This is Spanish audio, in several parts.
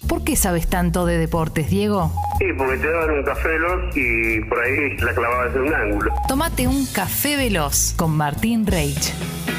¿Por qué sabes tanto de deportes, Diego? Sí, porque te daban un café veloz y por ahí la clavabas en un ángulo. Tómate un café veloz con Martín Reich.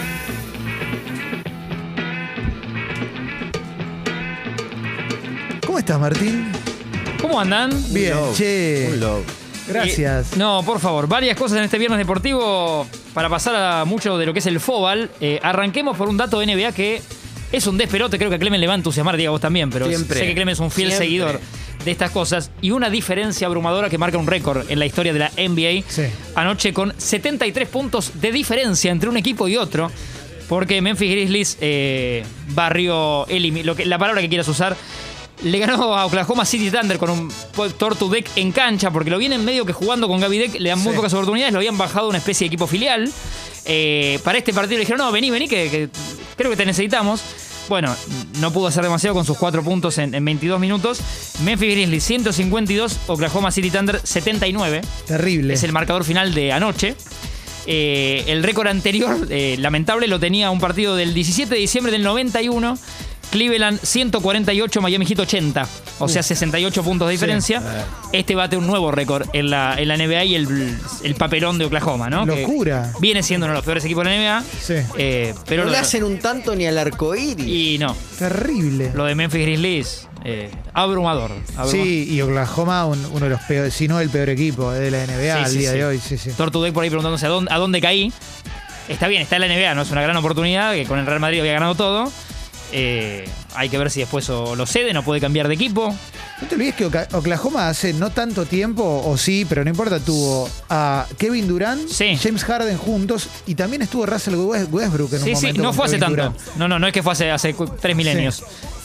¿Cómo estás, Martín? ¿Cómo andan? Bien, che. Un love. Gracias. No, por favor, varias cosas en este viernes deportivo para pasar a mucho de lo que es el fútbol. Arranquemos por un dato de NBA que es un despelote. Creo que a Clemen le va a entusiasmar, Diego, vos también, pero Siempre. sé que Clemen es un fiel seguidor de estas cosas. Y una diferencia abrumadora que marca un récord en la historia de la NBA. Sí. Anoche con 73 puntos de diferencia entre un equipo y otro. Porque Memphis Grizzlies barrió, la palabra que quieras usar, le ganó a Oklahoma City Thunder con un Tortu Deck en cancha, porque lo vienen medio que jugando con Gaby Deck, le dan muy pocas oportunidades, lo habían bajado a una especie de equipo filial. Para este partido le dijeron, no, vení, que creo que te necesitamos. Bueno, no pudo hacer demasiado con sus 4 puntos en 22 minutos. Memphis Grizzlies 152, Oklahoma City Thunder 79. Terrible. Es el marcador final de anoche. El récord anterior, lamentable, lo tenía un partido del 17 de diciembre del 91. Cleveland 148, Miami Heat 80. O sea, 68 puntos de diferencia. Este bate un nuevo récord en la NBA y el papelón de Oklahoma, ¿no? Locura. Que viene siendo uno de los peores equipos de la NBA. Sí. Pero No le hacen un tanto ni al arcoíris. Y no. Terrible. Lo de Memphis Grizzlies, abrumador. Sí, y Oklahoma, uno de los peores, si no el peor equipo de la NBA al día de hoy. Sí, sí. Tortu Deck por ahí preguntándose a dónde caí. Está bien, está en la NBA, no es una gran oportunidad, que con el Real Madrid había ganado todo. Hay que ver si después lo cede, no puede cambiar de equipo. No te olvides que Oklahoma hace no tanto tiempo, o sí, pero no importa, tuvo a Kevin Durant, James Harden juntos, y también estuvo Russell Westbrook en un momento. Sí, no fue hace Kevin tanto. Durant. No es que fue hace 3 milenios.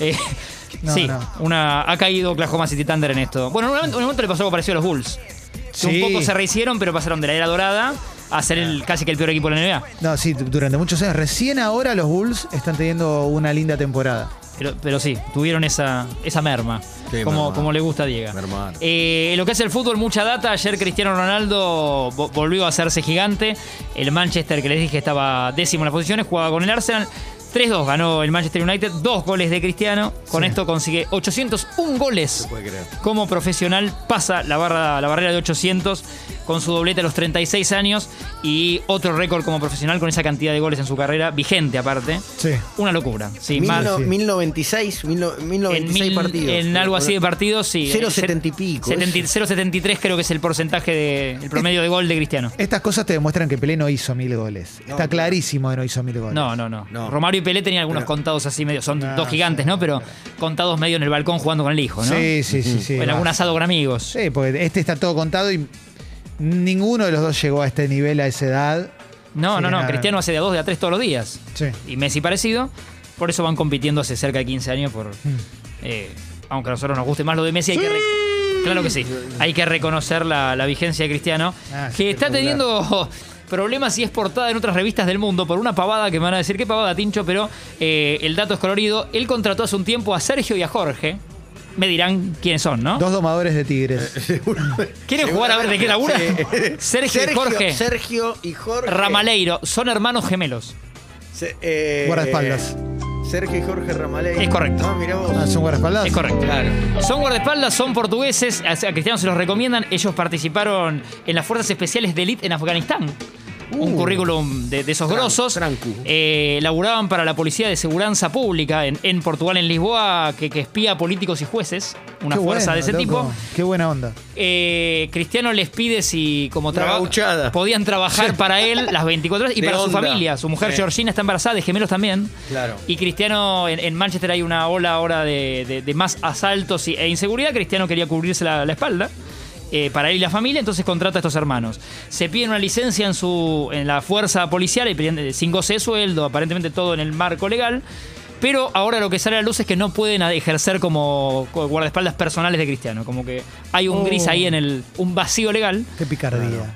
Ha caído Oklahoma City Thunder en esto. Bueno, en un momento le pasó algo parecido a los Bulls. Que un poco se rehicieron, pero pasaron de la era dorada a ser casi que el peor equipo de la NBA. No, sí, durante muchos años. Recién ahora los Bulls están teniendo una linda temporada. Pero sí, tuvieron esa merma, Sí, como le gusta a Diego. Lo que es el fútbol, mucha data. Ayer Cristiano Ronaldo volvió a hacerse gigante. El Manchester, que les dije estaba décimo en las posiciones, jugaba con el Arsenal. 3-2 ganó el Manchester United, 2 goles de Cristiano. Con esto consigue 801 goles como profesional. Pasa la barrera de 800 con su doblete a los 36 años. Y otro récord como profesional con esa cantidad de goles en su carrera, vigente aparte. Sí. Una locura. Sí, 1096 partidos. En algo así de partidos, sí. 0,70 y pico. 0,73 creo que es el porcentaje el promedio de gol de Cristiano. Estas cosas te demuestran que Pelé no hizo 1000 goles. Está clarísimo que no hizo 1000 goles. No. Romario y Pelé tenían algunos contados así medio. Son dos gigantes, ¿no? Pero contados medio en el balcón jugando con el hijo, ¿no? Sí. En algún asado con amigos. Sí, porque este está todo contado y ninguno de los dos llegó a este nivel, a esa edad. No. Cristiano hace de a 2, de a 3 todos los días. Sí. Y Messi parecido. Por eso van compitiendo hace cerca de 15 años. Aunque a nosotros nos guste más lo de Messi, claro que sí. Hay que reconocer la vigencia de Cristiano. Que está teniendo problemas y es portada en otras revistas del mundo por una pavada que me van a decir, qué pavada, Tincho, pero el dato es colorido. Él contrató hace un tiempo a Sergio y a Jorge. Me dirán quiénes son, ¿no? 2 domadores de tigres. ¿Quieren jugar a ver de qué labura? Sergio y Jorge. Sergio y Jorge Ramaleiro. Son hermanos gemelos. Guardaespaldas. Sergio y Jorge Ramaleiro. Es correcto. Ah, mirá vos. ¿Son guardaespaldas? Es correcto. Claro. Son guardaespaldas, son portugueses. A Cristiano se los recomiendan. Ellos participaron en las fuerzas especiales de élite en Afganistán. Un currículum de esos grosos. Laburaban para la Policía de Seguranza Pública en Portugal, en Lisboa, que espía a políticos y jueces. Una fuerza de ese tipo. Qué buena onda. Cristiano les pide si podían trabajar para él las 24 horas y para su familia. Su mujer Georgina está embarazada, de gemelos también. Claro. Y Cristiano, en Manchester hay una ola ahora de más asaltos e inseguridad. Cristiano quería cubrirse la espalda. Para él y la familia, entonces contrata a estos hermanos. Se piden una licencia en la fuerza policial y piden 5 goce de sueldo, aparentemente todo en el marco legal. Pero ahora lo que sale a la luz es que no pueden ejercer como guardaespaldas personales de Cristiano. Como que hay un gris ahí un vacío legal. Qué picardía.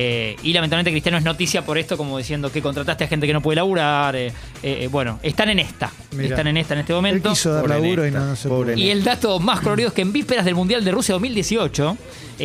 Y lamentablemente Cristiano es noticia por esto, como diciendo que contrataste a gente que no puede laburar. Bueno, están en esta. Mirá. Están en esta en este momento. Él quiso dar laburo y no se pudo. Y el dato más colorido es que en vísperas del Mundial de Rusia 2018,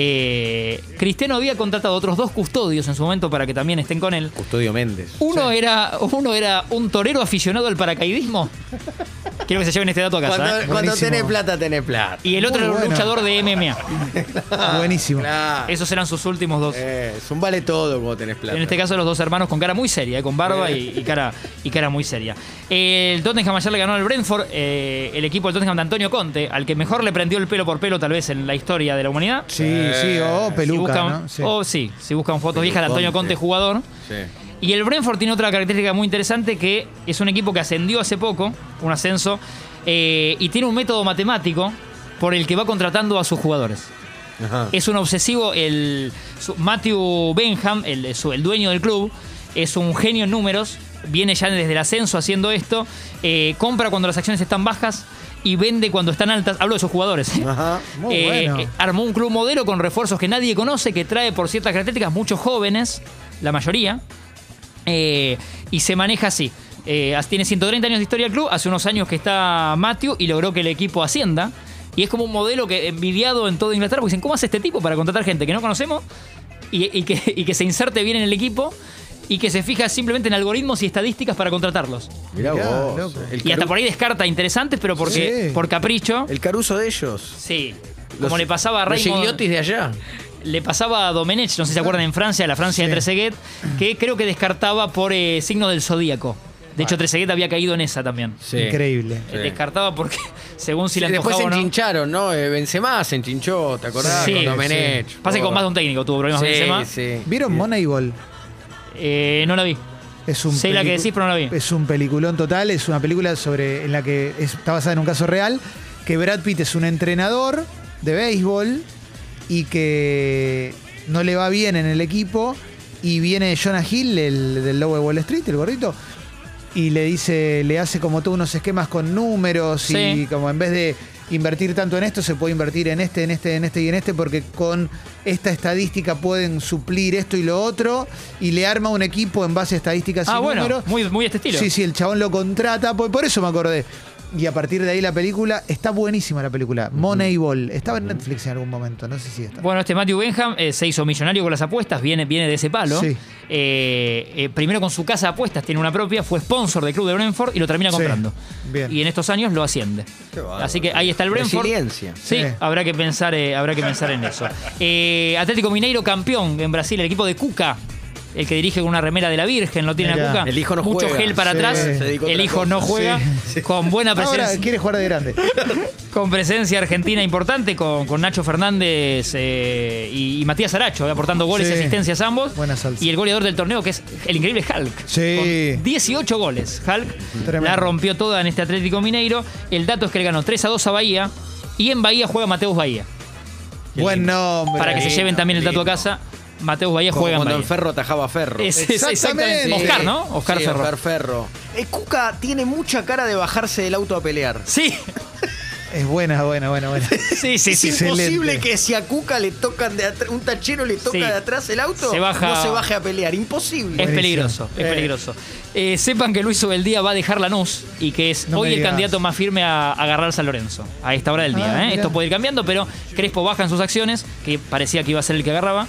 Cristiano había contratado otros 2 custodios en su momento para que también estén con él. Custodio Méndez. Uno era un torero aficionado al paracaidismo Quiero que se lleven este dato a casa. Cuando Buenísimo. tenés plata, tenés plata. Y el otro Muy era un bueno. luchador de MMA. Buenísimo. Claro. Esos eran sus últimos dos. Es un vale todo cuando tenés plata. En este caso, los dos hermanos con cara muy seria, con barba y cara muy seria. El Tottenham ayer le ganó al Brentford, el equipo del Tottenham de Antonio Conte, al que mejor le prendió el pelo por pelo, tal vez en la historia de la humanidad. Sí, o peluca, ¿no? Sí. Si buscan fotos viejas de Antonio Conte, jugador. Sí. Y el Brentford tiene otra característica muy interesante, que es un equipo que ascendió hace poco, un ascenso, y tiene un método matemático por el que va contratando a sus jugadores. Ajá. Es un obsesivo. Matthew Benham, el dueño del club, es un genio en números. Viene ya desde el ascenso haciendo esto. Compra cuando las acciones están bajas y vende cuando están altas. Hablo de sus jugadores. Ajá. Muy bueno. Armó un club modelo con refuerzos que nadie conoce, que trae por ciertas características muchos jóvenes, la mayoría. Y se maneja así. Tiene 130 años de historia el club. Hace unos años que está Matthew y logró que el equipo ascienda. Y es como un modelo que envidiado en toda Inglaterra, porque dicen, ¿cómo hace este tipo para contratar gente que no conocemos y que se inserte bien en el equipo y que se fija simplemente en algoritmos y estadísticas para contratarlos? Mirá vos. loco. Y hasta por ahí descarta interesantes, pero Sí. por capricho. El Caruso de ellos. Sí. Como le pasaba a Los Raymond. Gigliotis de allá. Le pasaba a Domenech, no sé si se acuerdan, en Francia, la Francia de Trezeguet, que creo que descartaba por signo del zodíaco. De hecho, Trezeguet había caído en esa también. Sí. Increíble. Sí. Descartaba porque, según si Sí, le después antojaba se o no. enchincharon, ¿no? Benzema se enchinchó, ¿te acordás? Sí, Con Domenech. Pasa que con más de un técnico tuvo problemas Benzema. Sí. ¿Vieron Moneyball? No la vi. Es un Sé la que decís, pero no la vi. Es un peliculón total. Es una película en la que está basada en un caso real. Que Brad Pitt es un entrenador de béisbol y que no le va bien en el equipo. Y viene Jonah Hill, el del lobo de Wall Street, el gordito, y le hace como todos unos esquemas con números. Sí. Y como en vez de invertir tanto en esto, se puede invertir en este y en este, porque con esta estadística pueden suplir esto y lo otro, y le arma un equipo en base a estadísticas y Bueno, números. muy este estilo. Sí, el chabón lo contrata, por eso me acordé. Y a partir de ahí la película, está buenísima la película, Moneyball. Estaba en Netflix en algún momento, no sé si está. Bueno, Matthew Benham se hizo millonario con las apuestas, viene de ese palo. Sí. Primero con su casa de apuestas, tiene una propia, fue sponsor del club de Brentford y lo termina Sí, comprando. bien. Y en estos años lo asciende. Qué bárbaro. Así que ahí está el Brentford. Resiliencia. Sí, Sí. habrá que pensar en eso. Atlético Mineiro campeón en Brasil, el equipo de Cuca. El que dirige con una remera de la Virgen, lo tiene Mirá. la Cuca. El hijo no Mucho juega. gel para Sí. atrás. Se dedicó a El otra hijo no cosa. juega. Con buena presencia. Ahora quiere jugar de grande. Con presencia argentina importante, con Nacho Fernández y Matías Aracho, aportando goles Sí. y asistencias ambos. Buena salsa. Y el goleador del torneo, que es el increíble Hulk. Sí. Con 18 goles. Hulk Tremendo. la rompió toda en este Atlético Mineiro. El dato es que le ganó 3-2 a Bahía. Y en Bahía juega Mateus Bahía. Buen nombre. Para que se lleven también el dato a casa. Mateus Bahía Como juega en cuando Bahía. el Ferro atajaba a Ferro. Exactamente. Oscar, ¿no? Oscar Sí, Ferro. Oscar Ferro. Cuca tiene mucha cara de bajarse del auto a pelear. Sí, Es buena. sí. Es Excelente. imposible que si a Cuca le tocan un tachero le toca Sí. de atrás el auto, Se baja- no se baje a pelear. Imposible. Es peligroso, es peligroso. Sepan que Luis Ubeldía va a dejar Lanús y que es No hoy me el digas. candidato más firme a agarrar a San Lorenzo, a esta hora del día. mirá. Esto puede ir cambiando, pero Crespo baja en sus acciones, que parecía que iba a ser el que agarraba.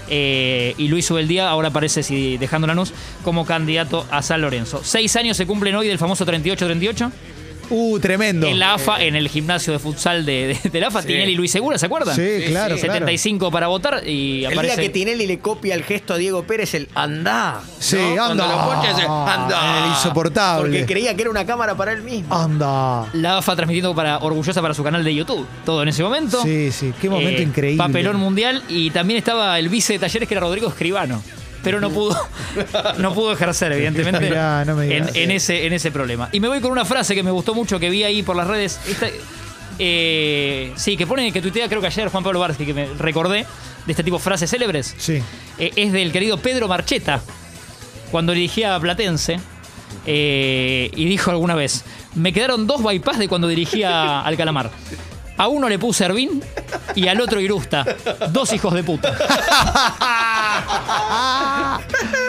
Y Luis Ubeldía ahora aparece, dejando Lanús, como candidato a San Lorenzo. 6 años se cumplen hoy del famoso 38-38. Tremendo. En la AFA, en el gimnasio de futsal de la AFA, Sí. Tinelli y Luis Segura, ¿se acuerdan? Sí, claro, 75 para votar y El aparece. día que Tinelli le copia el gesto a Diego Pérez, el andá. Sí, ¿no? anda. Cuando lo poncha, dice, andá. El insoportable. Porque creía que era una cámara para él mismo. Anda. La AFA transmitiendo orgullosa para su canal de YouTube. Todo en ese momento. Sí, qué momento increíble. Papelón mundial. Y también estaba el vice de Talleres, que era Rodrigo Escribano. Pero no pudo ejercer, evidentemente, Mirá, no me digas. en ese problema. Y me voy con una frase que me gustó mucho, que vi ahí por las redes. Que tuitea, creo que ayer, Juan Pablo Barsky, que me recordé de este tipo de frases célebres. Sí. Es del querido Pedro Marcheta, cuando dirigía a Platense. Y dijo alguna vez: me quedaron 2 bypass de cuando dirigía al Calamar. A uno le puse Ervín y al otro Irusta. 2 hijos de puta.